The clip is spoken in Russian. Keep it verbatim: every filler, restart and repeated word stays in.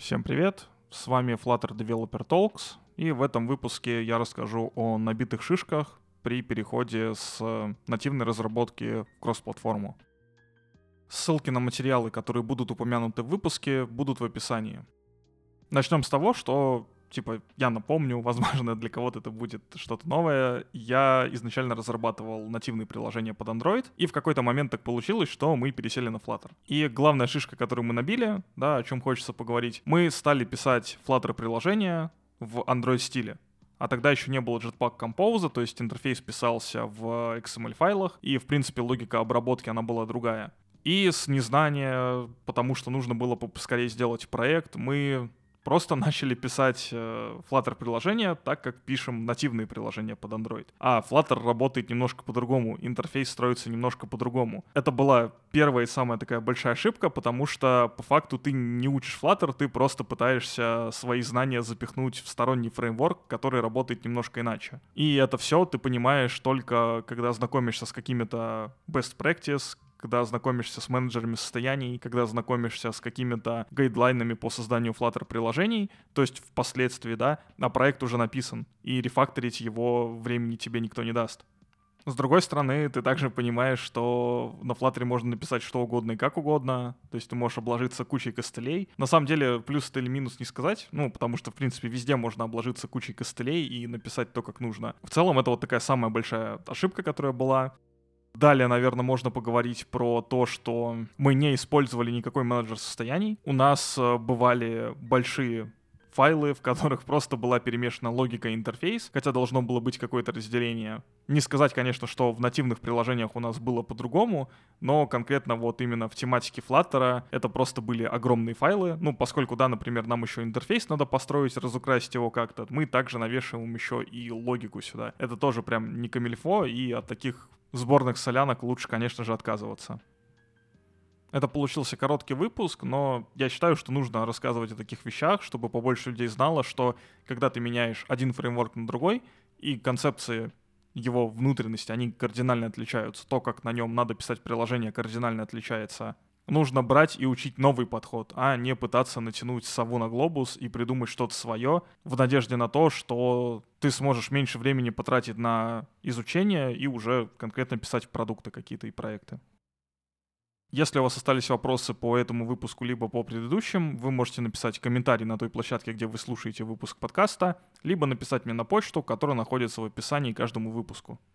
Всем привет, с вами Flutter Developer Talks, и в этом выпуске я расскажу о набитых шишках при переходе с нативной разработки в кросс-платформу. Ссылки на материалы, которые будут упомянуты в выпуске, будут в описании. Начнем с того, что, типа, я напомню, возможно, для кого-то это будет что-то новое. Я изначально разрабатывал нативные приложения под Android, и в какой-то момент так получилось, что мы пересели на Flutter. И главная шишка, которую мы набили, да, о чем хочется поговорить, мы стали писать Flutter-приложения в Android-стиле. А тогда еще не было Jetpack Compose, то есть интерфейс писался в икс эм эль-файлах, и, в принципе, логика обработки, она была другая. И с незнания, потому что нужно было поскорее сделать проект, мы просто начали писать э, Flutter-приложения так, как пишем нативные приложения под Android. А Flutter работает немножко по-другому, интерфейс строится немножко по-другому. Это была первая и самая такая большая ошибка, потому что по факту ты не учишь Flutter, ты просто пытаешься свои знания запихнуть в сторонний фреймворк, который работает немножко иначе. И это все ты понимаешь только, когда знакомишься с какими-то best practice, когда знакомишься с менеджерами состояний, когда знакомишься с какими-то гайдлайнами по созданию Flutter-приложений, то есть впоследствии, да, а проект уже написан, и рефакторить его времени тебе никто не даст. С другой стороны, ты также понимаешь, что на Flutter можно написать что угодно и как угодно, то есть ты можешь обложиться кучей костылей. На самом деле, плюс это или минус не сказать, ну, потому что, в принципе, везде можно обложиться кучей костылей и написать то, как нужно. В целом, это вот такая самая большая ошибка, которая была. Далее, наверное, можно поговорить про то, что мы не использовали никакой менеджер состояний. У нас э, бывали большие файлы, в которых просто была перемешана логика и интерфейс, хотя должно было быть какое-то разделение. Не сказать, конечно, что в нативных приложениях у нас было по-другому, но конкретно вот именно в тематике Flutter это просто были огромные файлы. Ну, поскольку, да, например, нам еще интерфейс надо построить, разукрасить его как-то, мы также навешиваем еще и логику сюда. Это тоже прям не камильфо, и от таких сборных солянок лучше, конечно же, отказываться. Это получился короткий выпуск, но я считаю, что нужно рассказывать о таких вещах, чтобы побольше людей знало, что когда ты меняешь один фреймворк на другой, и концепции его внутренности, они кардинально отличаются. То, как на нем надо писать приложение, кардинально отличается. Нужно брать и учить новый подход, а не пытаться натянуть сову на глобус и придумать что-то свое в надежде на то, что ты сможешь меньше времени потратить на изучение и уже конкретно писать продукты какие-то и проекты. Если у вас остались вопросы по этому выпуску либо по предыдущим, вы можете написать комментарий на той площадке, где вы слушаете выпуск подкаста, либо написать мне на почту, которая находится в описании к каждому выпуску.